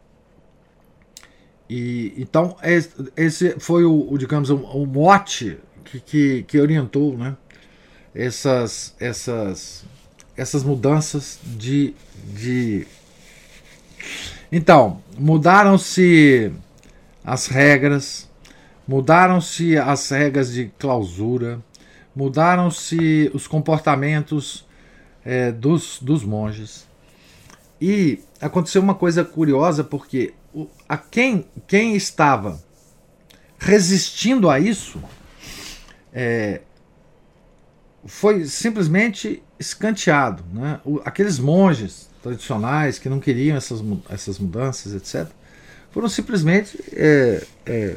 e então esse foi o, o digamos o, o mote que, que, que orientou, né, essas, essas, essas mudanças de, de... Então, mudaram-se as regras, mudaram-se as regras de clausura, mudaram-se os comportamentos é, dos, dos monges. E aconteceu uma coisa curiosa, porque o, a quem, quem estava resistindo a isso é, foi simplesmente escanteado, né? O, aqueles monges tradicionais que não queriam essas, essas mudanças, etcétera, foram simplesmente é, é,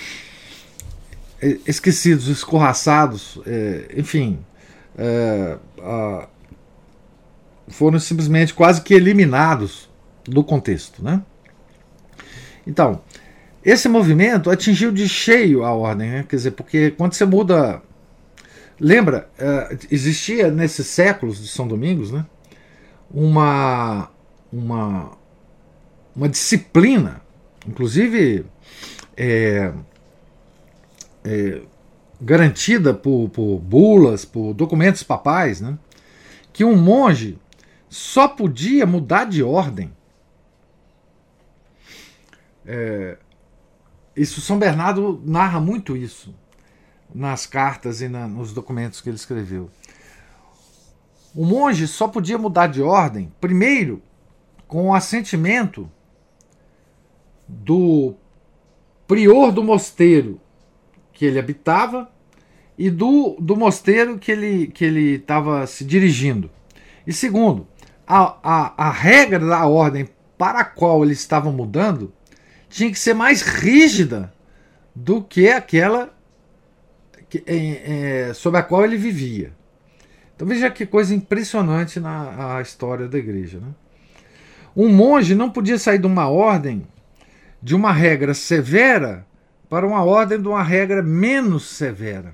esquecidos, escorraçados, é, enfim, é, a, foram simplesmente quase que eliminados do contexto, né? Então, esse movimento atingiu de cheio a ordem, né? Quer dizer, porque quando você muda... Lembra, uh, existia nesses séculos de São Domingos, né, uma, uma, uma disciplina, inclusive é, é, garantida por, por bulas, por documentos papais, né, que um monge só podia mudar de ordem. É, isso, São Bernardo narra muito isso nas cartas e na, nos documentos que ele escreveu. O monge só podia mudar de ordem, primeiro, com o assentimento do prior do mosteiro que ele habitava e do, do mosteiro que ele que ele estava se dirigindo. E segundo, a, a, a regra da ordem para a qual ele estava mudando tinha que ser mais rígida do que aquela que, é, é, sobre a qual ele vivia. Então veja que coisa impressionante na a história da igreja, né? Um monge não podia sair de uma ordem, de uma regra severa, para uma ordem de uma regra menos severa.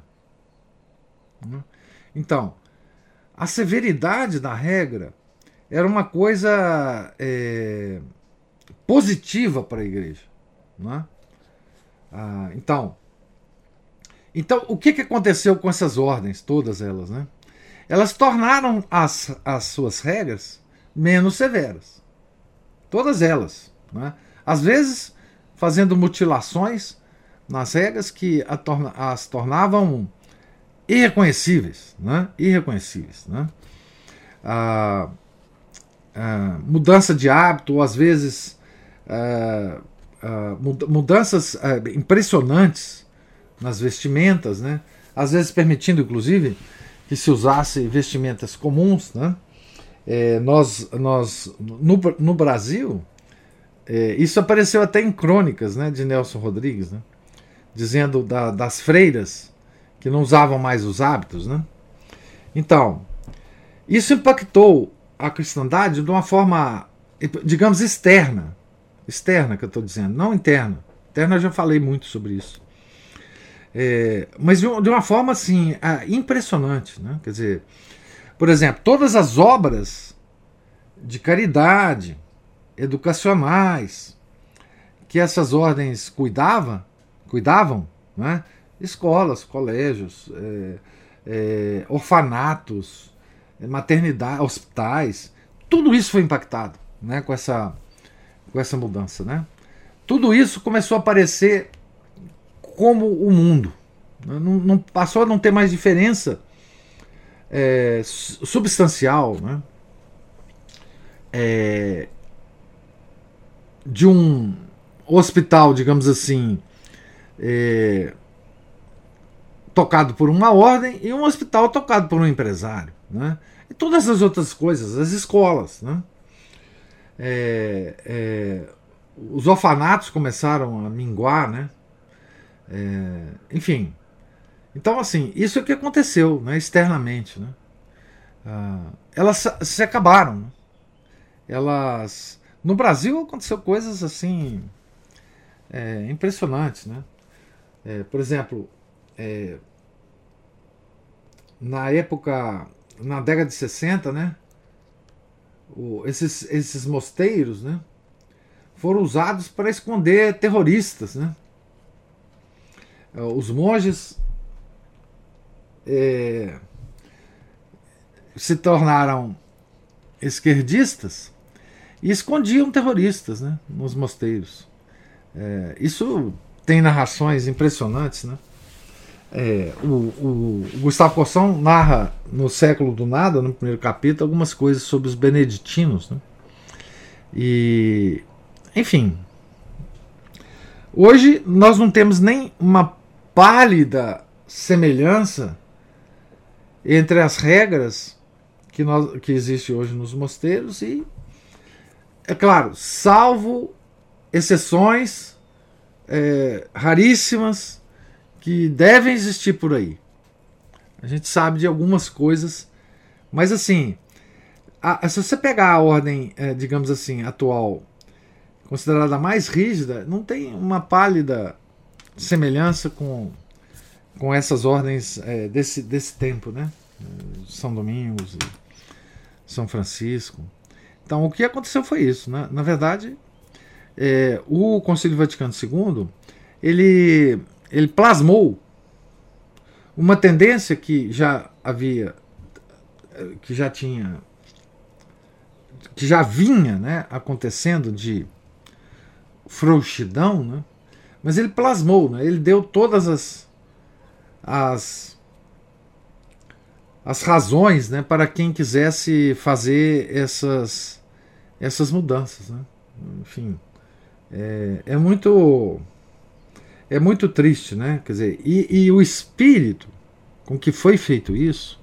Então, a severidade da regra era uma coisa é, positiva para a igreja, né? Ah, então, então, o que, que aconteceu com essas ordens, todas elas, né? Elas tornaram as, as suas regras menos severas. Todas elas, né? Às vezes fazendo mutilações nas regras que a torna, as tornavam irreconhecíveis, né? Irreconhecíveis, né? Ah, ah, mudança de hábito, ou às vezes ah, ah, mudanças ah, impressionantes nas vestimentas, né? Às vezes permitindo, inclusive, que se usasse vestimentas comuns, né? É, nós, nós no, no Brasil, é, isso apareceu até em crônicas, né, de Nelson Rodrigues, né? Dizendo da, das freiras que não usavam mais os hábitos, né? Então, isso impactou a cristandade de uma forma, digamos, externa. Externa que eu estou dizendo, não interna. Interna eu já falei muito sobre isso. É, mas de uma forma assim impressionante, né? Quer dizer, por exemplo, todas as obras de caridade, educacionais, que essas ordens cuidavam, cuidavam, né? Escolas, colégios, é, é, orfanatos, maternidade, hospitais, tudo isso foi impactado, né? com, essa, com essa mudança, né? Tudo isso começou a aparecer como o mundo, não, não passou a não ter mais diferença é, substancial, né? É, de um hospital, digamos assim, é, tocado por uma ordem e um hospital tocado por um empresário, né? E todas as outras coisas, as escolas, né? É, é, os orfanatos começaram a minguar, né? É, enfim, então assim, isso é o que aconteceu, né, externamente, né? Ah, elas se acabaram, né? Elas No Brasil aconteceu coisas assim é, impressionantes, né? É, por exemplo, é, na época, na década de sessenta, né? O, esses, esses mosteiros, né? Foram usados para esconder terroristas, né? Os monges é, se tornaram esquerdistas e escondiam terroristas, né, nos mosteiros. É, isso tem narrações impressionantes, né? É, o, o, o Gustavo Corsão narra no Século do Nada, no primeiro capítulo, algumas coisas sobre os beneditinos, né? E, enfim, hoje nós não temos nem uma pálida semelhança entre as regras que, nós, que existem hoje nos mosteiros e, é claro, salvo exceções é, raríssimas que devem existir por aí. A gente sabe de algumas coisas, mas assim, a, se você pegar a ordem, é, digamos assim, atual, considerada mais rígida, não tem uma pálida semelhança com, com essas ordens é, desse, desse tempo, né? São Domingos e São Francisco. Então, o que aconteceu foi isso, né? Na verdade, é, o Concílio Vaticano segundo ele, ele plasmou uma tendência que já havia, que já tinha, que já vinha, né, acontecendo de frouxidão, né? Mas ele plasmou, né? Ele deu todas as, as, as razões, né, para quem quisesse fazer essas, essas mudanças, né? Enfim, é, é muito é muito triste, né? Quer dizer, e, e o espírito com que foi feito isso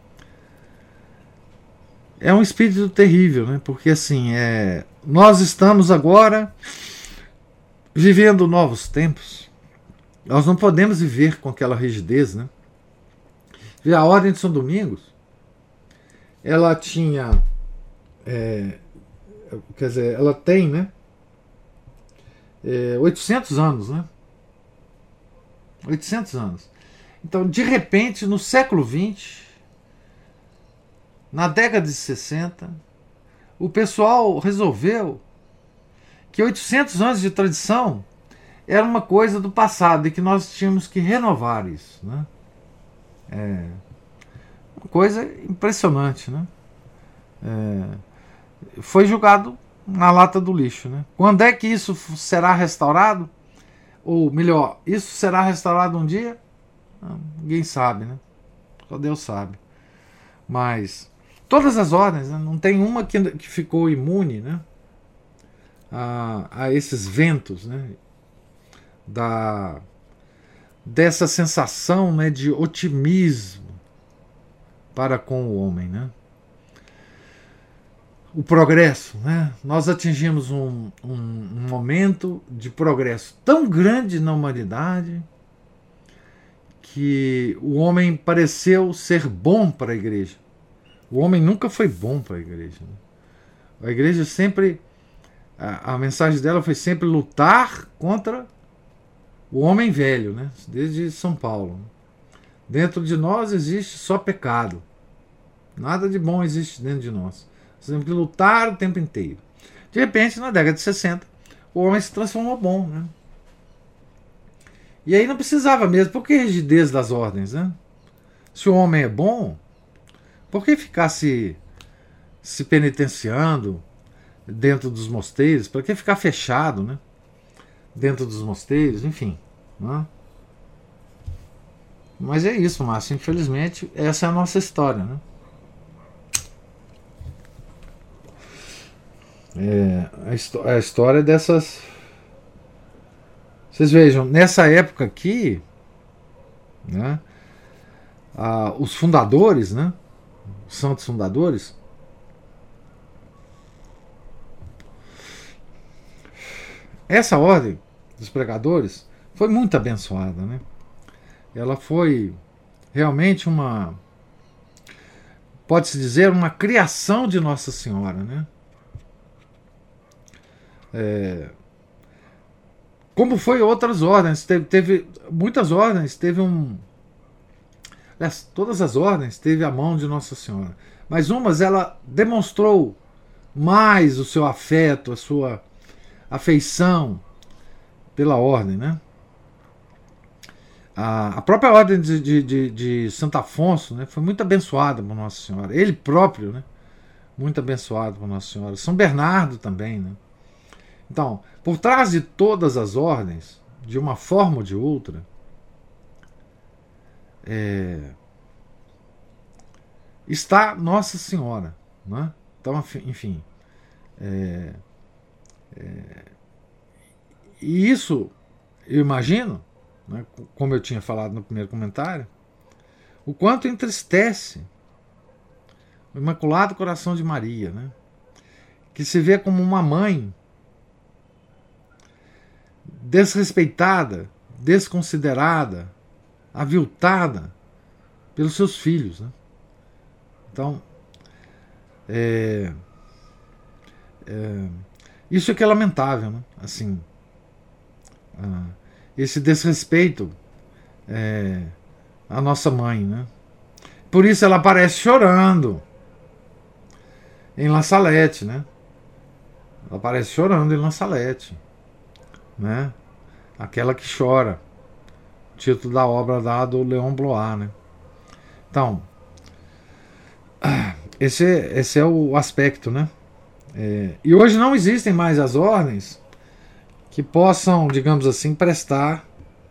é um espírito terrível, né? Porque assim, é, nós estamos agora vivendo novos tempos. Nós não podemos viver com aquela rigidez, né? A Ordem de São Domingos, ela tinha, é, quer dizer, ela tem, né, é, oitocentos anos, né? oitocentos anos. Então, de repente, no século vinte, na década de sessenta, o pessoal resolveu que oitocentos anos de tradição era uma coisa do passado e que nós tínhamos que renovar isso, né? É uma coisa impressionante, né? É, foi jogado na lata do lixo, né? Quando é que isso será restaurado? Ou melhor, isso será restaurado um dia? Não, ninguém sabe, né? Só Deus sabe. Mas todas as ordens, né? Não tem uma que, que ficou imune, né, a, a esses ventos, né, da, dessa sensação, né, de otimismo para com o homem, né? O progresso, né? Nós atingimos um, um, um momento de progresso tão grande na humanidade que o homem pareceu ser bom para a igreja. O homem nunca foi bom para a igreja, né? A igreja sempre, a, a mensagem dela foi sempre lutar contra o homem velho, né? Desde São Paulo. Dentro de nós existe só pecado. Nada de bom existe dentro de nós. Nós temos que lutar o tempo inteiro. De repente, na década de sessenta, o homem se transformou bom, né? E aí não precisava mesmo. Por que rigidez das ordens, né? Se o homem é bom, por que ficar se, se penitenciando dentro dos mosteiros? Por que ficar fechado, né, dentro dos mosteiros? Enfim, né? Mas é isso, Márcio. Infelizmente, essa é a nossa história, né? É, a, a história dessas... Vocês vejam, nessa época aqui, né, ah, os fundadores, né, os santos fundadores, essa ordem dos pregadores foi muito abençoada, né? Ela foi realmente uma, pode-se dizer, uma criação de Nossa Senhora, né? É, como foi outras ordens, teve, teve muitas ordens, teve um... Aliás, todas as ordens teve a mão de Nossa Senhora, mas umas ela demonstrou mais o seu afeto, a sua afeição pela ordem, né? A, a própria ordem de, de, de, de Santo Afonso, né, foi muito abençoada por Nossa Senhora, ele próprio, né, muito abençoado por Nossa Senhora. São Bernardo também, né? Então, por trás de todas as ordens, de uma forma ou de outra, é, está Nossa Senhora, né? Então, enfim, é, é, e isso, eu imagino, né, como eu tinha falado no primeiro comentário, o quanto entristece o Imaculado Coração de Maria, né, que se vê como uma mãe desrespeitada, desconsiderada, aviltada pelos seus filhos, né? Então, é, é, isso é que é lamentável, né? Assim, ah, esse desrespeito é, à nossa mãe, né? Por isso ela aparece chorando em La Salette, né? Ela aparece chorando em La Salette, né? Aquela que chora, título da obra da do Leon Blois, né? Então, esse, esse é o aspecto, né? É, e hoje não existem mais as ordens que possam, digamos assim, prestar,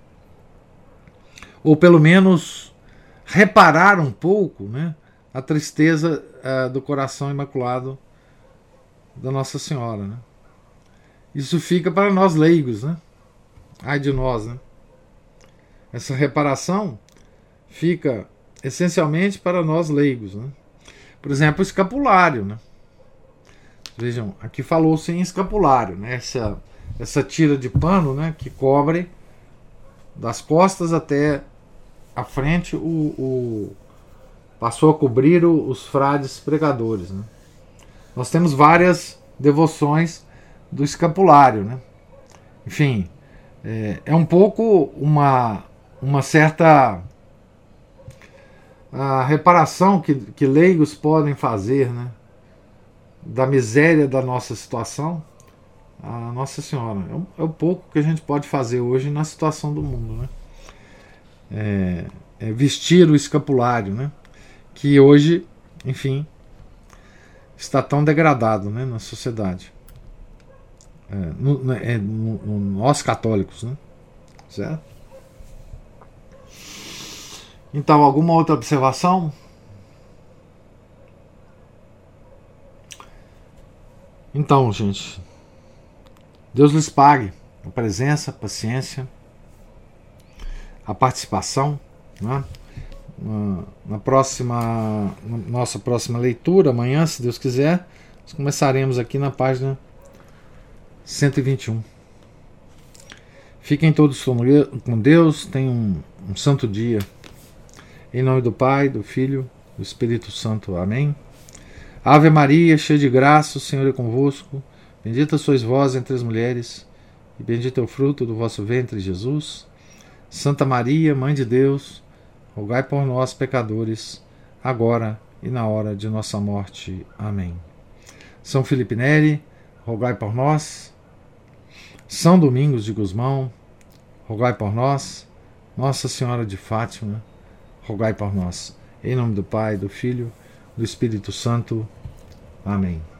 ou pelo menos reparar um pouco, né, a tristeza uh, do coração imaculado da Nossa Senhora, né? Isso fica para nós leigos, né? Ai de nós, né? Essa reparação fica essencialmente para nós leigos, né? Por exemplo, o escapulário, né? Vejam, aqui falou-se em escapulário, né? Essa, essa tira de pano, né, que cobre das costas até a frente, o, o passou a cobrir o, os frades pregadores, né? Nós temos várias devoções do escapulário, né? Enfim, é, é um pouco uma, uma certa a reparação que, que leigos podem fazer, né, da miséria da nossa situação. A Nossa Senhora é, um, é o pouco que a gente pode fazer hoje na situação do mundo, né? É, é vestir o escapulário, né, que hoje, enfim, está tão degradado, né, na sociedade, é, no, é, no, no, nós católicos, né? Certo? Então, alguma outra observação? Então, gente, Deus lhes pague a presença, a paciência, a participação, né? Na próxima, na nossa próxima leitura, amanhã, se Deus quiser, nós começaremos aqui na página cento e vinte e um. Fiquem todos com Deus, tenham um, um santo dia. Em nome do Pai, do Filho, do Espírito Santo. Amém. Ave Maria, cheia de graça, o Senhor é convosco. Bendita sois vós entre as mulheres, e bendito é o fruto do vosso ventre, Jesus. Santa Maria, Mãe de Deus, rogai por nós, pecadores, agora e na hora de nossa morte. Amém. São Felipe Neri, rogai por nós. São Domingos de Gusmão, rogai por nós. Nossa Senhora de Fátima, rogai por nós. Em nome do Pai, do Filho, do Espírito Santo. Amém.